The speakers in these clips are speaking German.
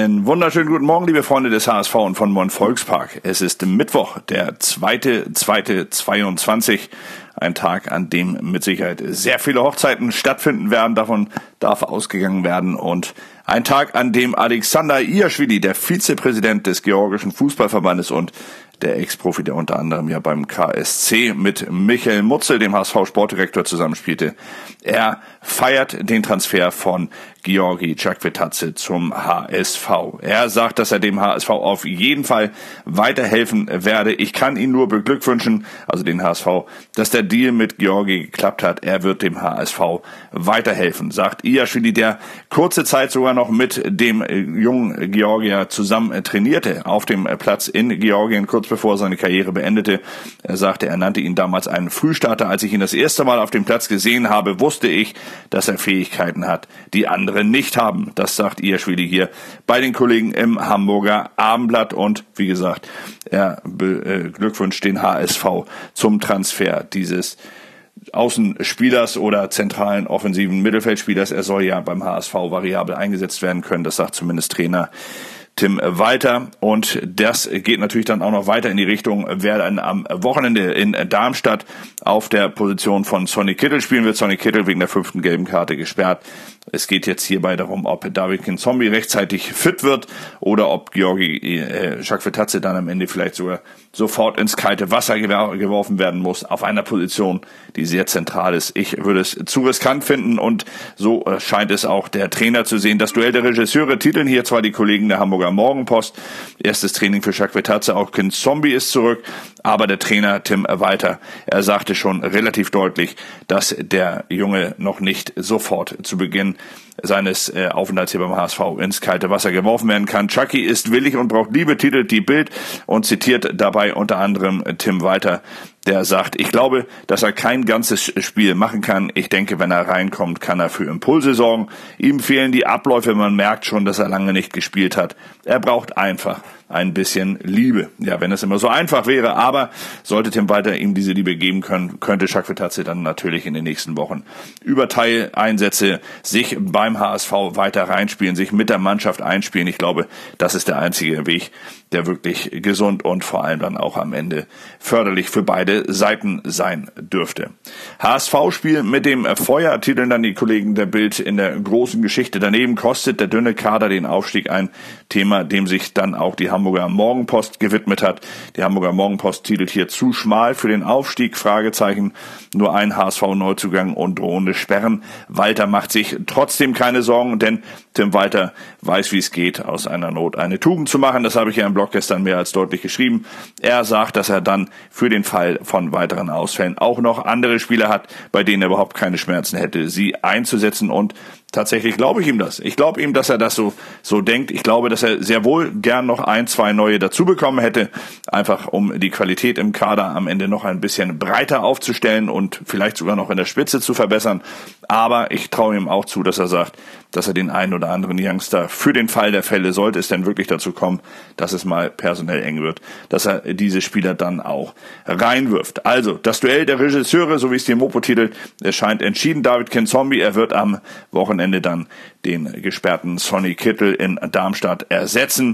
Einen wunderschönen guten Morgen, liebe Freunde des HSV und von Moin Volkspark. Es ist Mittwoch, der 2.2.22, ein Tag, an dem mit Sicherheit sehr viele Hochzeiten stattfinden werden. Davon darf ausgegangen werden. Und ein Tag, an dem Alexander Iashvili, der Vizepräsident des Georgischen Fußballverbandes und der Ex-Profi, der unter anderem ja beim KSC mit Michael Mutzel, dem HSV-Sportdirektor, zusammenspielte. Er feiert den Transfer von Giorgi Chakvetadze zum HSV. Er sagt, dass er dem HSV auf jeden Fall weiterhelfen werde. Ich kann ihn nur beglückwünschen, also den HSV, dass der Deal mit Giorgi geklappt hat. Er wird dem HSV weiterhelfen, sagt Iashvili, der kurze Zeit sogar noch mit dem jungen Georgier zusammen trainierte auf dem Platz in Georgien, kurz bevor er seine Karriere beendete. Er sagte, er nannte ihn damals einen Frühstarter. Als ich ihn das erste Mal auf dem Platz gesehen habe, wusste ich, dass er Fähigkeiten hat, die andere nicht haben. Das sagt Iashvili hier bei den Kollegen im Hamburger Abendblatt. Und wie gesagt, er beglückwünscht den HSV zum Transfer dieses Außenspielers oder zentralen offensiven Mittelfeldspielers. Er soll ja beim HSV variabel eingesetzt werden können. Das sagt zumindest Trainer Tim Walter, und das geht natürlich dann auch noch weiter in die Richtung, wer dann am Wochenende in Darmstadt auf der Position von Sonny Kittel spielen wird. Sonny Kittel wegen der 5. gelben Karte gesperrt. Es geht jetzt hierbei darum, ob David Kinzombie rechtzeitig fit wird oder ob Giorgi Chakvetadze dann am Ende vielleicht sogar sofort ins kalte Wasser geworfen werden muss, auf einer Position, die sehr zentral ist. Ich würde es zu riskant finden, und so scheint es auch der Trainer zu sehen. Das Duell der Regisseure titeln hier zwar die Kollegen der Hamburger Morgenpost. Erstes Training für Chakvetadze, auch Kinzombie ist zurück, aber der Trainer Tim Walter, er sagte schon relativ deutlich, dass der Junge noch nicht sofort zu Beginn seines Aufenthalts hier beim HSV ins kalte Wasser geworfen werden kann. Chucky ist willig und braucht Liebe, titelt die Bild und zitiert dabei unter anderem Tim Walter, der sagt, ich glaube, dass er kein ganzes Spiel machen kann. Ich denke, wenn er reinkommt, kann er für Impulse sorgen. Ihm fehlen die Abläufe, man merkt schon, dass er lange nicht gespielt hat. Er braucht einfach ein bisschen Liebe. Ja, wenn es immer so einfach wäre, aber sollte Tim Walter ihm diese Liebe geben können, könnte Chakvetadze dann natürlich in den nächsten Wochen über Teileinsätze sich beim HSV weiter reinspielen, sich mit der Mannschaft einspielen. Ich glaube, das ist der einzige Weg, der wirklich gesund und vor allem dann auch am Ende förderlich für beide Seiten sein dürfte. HSV-Spiel mit dem Feuer, titeln dann die Kollegen der Bild in der großen Geschichte. Daneben kostet der dünne Kader den Aufstieg, ein Thema, dem sich dann auch die Hamburger Morgenpost gewidmet hat. Die Hamburger Morgenpost titelt hier zu schmal für den Aufstieg, Fragezeichen, nur ein HSV-Neuzugang und drohende Sperren. Walter macht sich trotzdem keine Sorgen, denn Tim Walter weiß, wie es geht, aus einer Not eine Tugend zu machen. Das habe ich ja im Blog gestern mehr als deutlich geschrieben. Er sagt, dass er dann für den Fall von weiteren Ausfällen auch noch andere Spieler hat, bei denen er überhaupt keine Schmerzen hätte, sie einzusetzen, und tatsächlich glaube ich ihm das. Ich glaube ihm, dass er das so denkt. Ich glaube, dass er sehr wohl gern noch 1, 2 neue dazu bekommen hätte, einfach um die Qualität im Kader am Ende noch ein bisschen breiter aufzustellen und vielleicht sogar noch in der Spitze zu verbessern. Aber ich traue ihm auch zu, dass er sagt, dass er den einen oder anderen Youngster für den Fall der Fälle, sollte es denn wirklich dazu kommen, dass es mal personell eng wird, dass er diese Spieler dann auch reinwirft. Also, das Duell der Regisseure, so wie es die Mopo titelt, es scheint entschieden. David Kinzombie, er wird am Wochenende dann den gesperrten Sonny Kittel in Darmstadt ersetzen.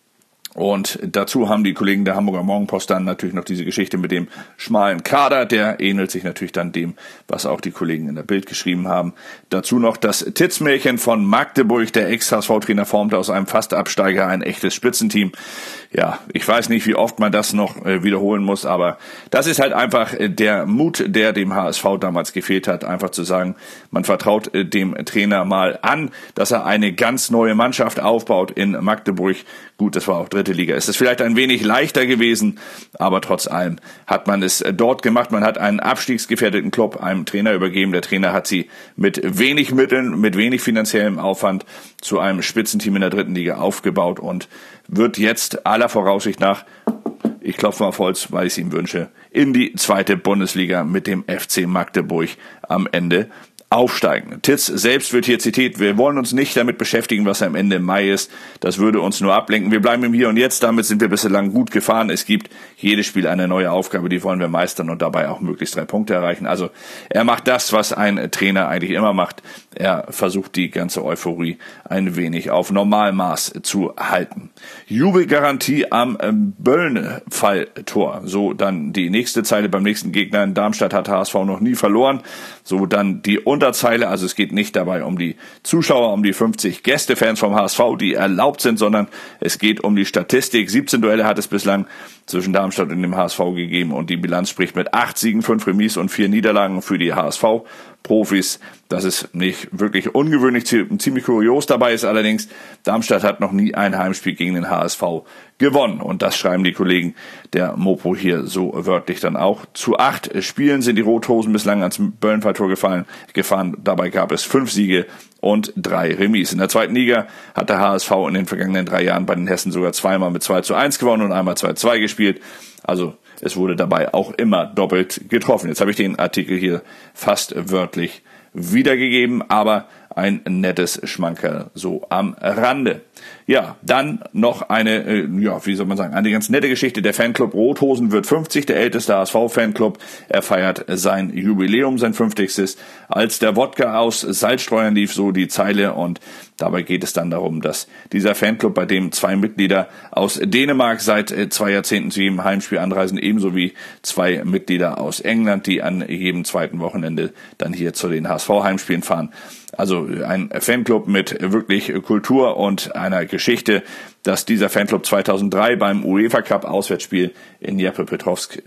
Und dazu haben die Kollegen der Hamburger Morgenpost dann natürlich noch diese Geschichte mit dem schmalen Kader, der ähnelt sich natürlich dann dem, was auch die Kollegen in der Bild geschrieben haben. Dazu noch das Titzmärchen von Magdeburg, der Ex-HSV-Trainer formte aus einem Fastabsteiger ein echtes Spitzenteam. Ja, ich weiß nicht, wie oft man das noch wiederholen muss, aber das ist halt einfach der Mut, der dem HSV damals gefehlt hat, einfach zu sagen, man vertraut dem Trainer mal an, dass er eine ganz neue Mannschaft aufbaut in Magdeburg. Gut, das war auch dritte Liga. Es ist vielleicht ein wenig leichter gewesen, aber trotz allem hat man es dort gemacht. Man hat einen abstiegsgefährdeten Club einem Trainer übergeben. Der Trainer hat sie mit wenig Mitteln, mit wenig finanziellem Aufwand zu einem Spitzenteam in der dritten Liga aufgebaut und wird jetzt aller Voraussicht nach, ich klopfe mal auf Holz, weil ich es ihm wünsche, in die zweite Bundesliga mit dem FC Magdeburg am Ende aufsteigen. Titz selbst wird hier zitiert, wir wollen uns nicht damit beschäftigen, was am Ende Mai ist. Das würde uns nur ablenken. Wir bleiben im Hier und Jetzt, damit sind wir bislang gut gefahren. Es gibt jedes Spiel eine neue Aufgabe, die wollen wir meistern und dabei auch möglichst 3 Punkte erreichen. Also er macht das, was ein Trainer eigentlich immer macht. Er versucht die ganze Euphorie ein wenig auf Normalmaß zu halten. Jubelgarantie am Bölln-Falltor. So dann die nächste Zeile beim nächsten Gegner. In Darmstadt hat HSV noch nie verloren. So dann die Unterzeile. Also es geht nicht dabei um die Zuschauer, um die 50 Gästefans vom HSV, die erlaubt sind, sondern es geht um die Statistik. 17 Duelle hat es bislang zwischen Darmstadt und dem HSV gegeben und die Bilanz spricht mit 8 Siegen, 5 Remis und 4 Niederlagen für die HSV-Profis. Das ist nicht wirklich ungewöhnlich, ziemlich kurios. Dabei ist allerdings, Darmstadt hat noch nie ein Heimspiel gegen den HSV gewonnen. Und das schreiben die Kollegen der Mopo hier so wörtlich dann auch. Zu 8 Spielen sind die Rothosen bislang ans Böllenfalltor gefahren. Dabei gab es 5 Siege und 3 Remis. In der zweiten Liga hat der HSV in den vergangenen 3 Jahren bei den Hessen sogar zweimal mit 2:1 gewonnen und einmal 2:2 gespielt. Also es wurde dabei auch immer doppelt getroffen. Jetzt habe ich den Artikel hier fast wörtlich wiedergegeben, aber ein nettes Schmankerl so am Rande. Ja, dann noch eine, eine ganz nette Geschichte. Der Fanclub Rothosen wird 50, der älteste HSV-Fanclub. Er feiert sein Jubiläum, sein 50. Als der Wodka aus Salzstreuern lief, so die Zeile. Und dabei geht es dann darum, dass dieser Fanclub, bei dem 2 Mitglieder aus Dänemark seit 2 Jahrzehnten zu jedem Heimspiel anreisen, ebenso wie 2 Mitglieder aus England, die an jedem zweiten Wochenende dann hier zu den HSV-Heimspielen fahren. Also ein Fanclub mit wirklich Kultur und einer Geschichte, dass dieser Fanclub 2003 beim UEFA Cup Auswärtsspiel in Dnipropetrovsk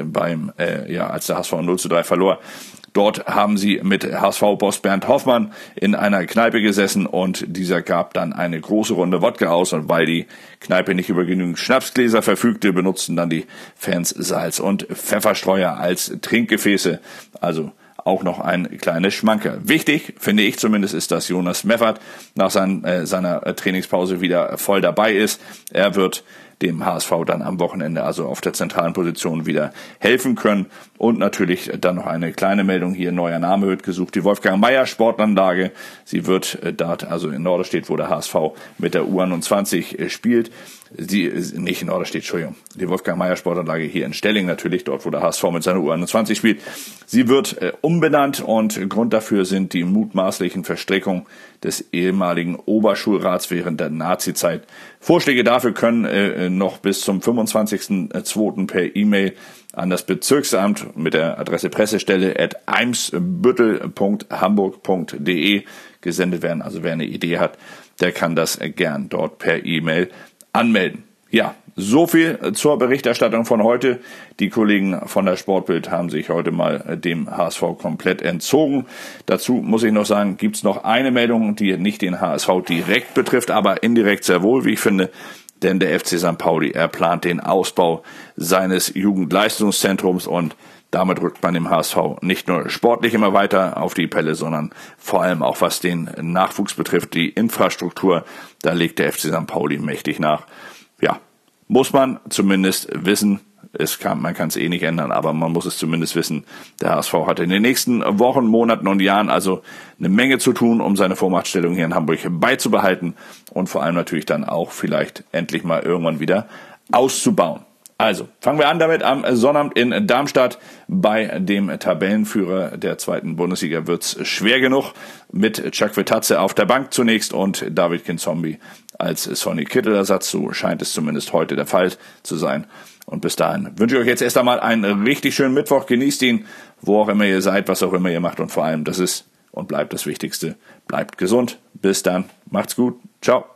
als der HSV 0:3 verlor. Dort haben sie mit HSV-Boss Bernd Hoffmann in einer Kneipe gesessen und dieser gab dann eine große Runde Wodka aus und weil die Kneipe nicht über genügend Schnapsgläser verfügte, benutzten dann die Fans Salz- und Pfefferstreuer als Trinkgefäße. Also auch noch ein kleines Schmankerl. Wichtig, finde ich zumindest, ist, dass Jonas Meffert nach seiner Trainingspause wieder voll dabei ist. Er wird dem HSV dann am Wochenende also auf der zentralen Position wieder helfen können. Und natürlich dann noch eine kleine Meldung hier, neuer Name wird gesucht, die Wolfgang Maier Sportanlage. Sie wird dort, also in Norderstedt, wo der HSV mit der U21 spielt. Die Wolfgang Maier Sportanlage hier in Stelling natürlich, dort wo der HSV mit seiner U21 spielt. Sie wird umbenannt und Grund dafür sind die mutmaßlichen Verstrickungen des ehemaligen Oberschulrats während der Nazizeit. Vorschläge dafür können noch bis zum 25.02. per E-Mail an das Bezirksamt mit der Adresse pressestelle@eimsbüttel.hamburg.de gesendet werden. Also wer eine Idee hat, der kann das gern dort per E-Mail anmelden. Ja, so viel zur Berichterstattung von heute. Die Kollegen von der Sportbild haben sich heute mal dem HSV komplett entzogen. Dazu muss ich noch sagen, gibt's noch eine Meldung, die nicht den HSV direkt betrifft, aber indirekt sehr wohl, wie ich finde. Denn der FC St. Pauli, er plant den Ausbau seines Jugendleistungszentrums und damit rückt man dem HSV nicht nur sportlich immer weiter auf die Pelle, sondern vor allem auch was den Nachwuchs betrifft, die Infrastruktur, da legt der FC St. Pauli mächtig nach. Ja, muss man zumindest wissen. Man kann es eh nicht ändern, aber man muss es zumindest wissen. Der HSV hat in den nächsten Wochen, Monaten und Jahren also eine Menge zu tun, um seine Vormachtstellung hier in Hamburg beizubehalten und vor allem natürlich dann auch vielleicht endlich mal irgendwann wieder auszubauen. Also, fangen wir an damit am Sonnabend in Darmstadt. Bei dem Tabellenführer der 2. Bundesliga wird's schwer genug mit Chuck Vitazze auf der Bank zunächst und David Kinzombie als Sonny Kittel-Ersatz. So scheint es zumindest heute der Fall zu sein. Und bis dahin wünsche ich euch jetzt erst einmal einen richtig schönen Mittwoch. Genießt ihn, wo auch immer ihr seid, was auch immer ihr macht. Und vor allem, das ist und bleibt das Wichtigste. Bleibt gesund. Bis dann. Macht's gut. Ciao.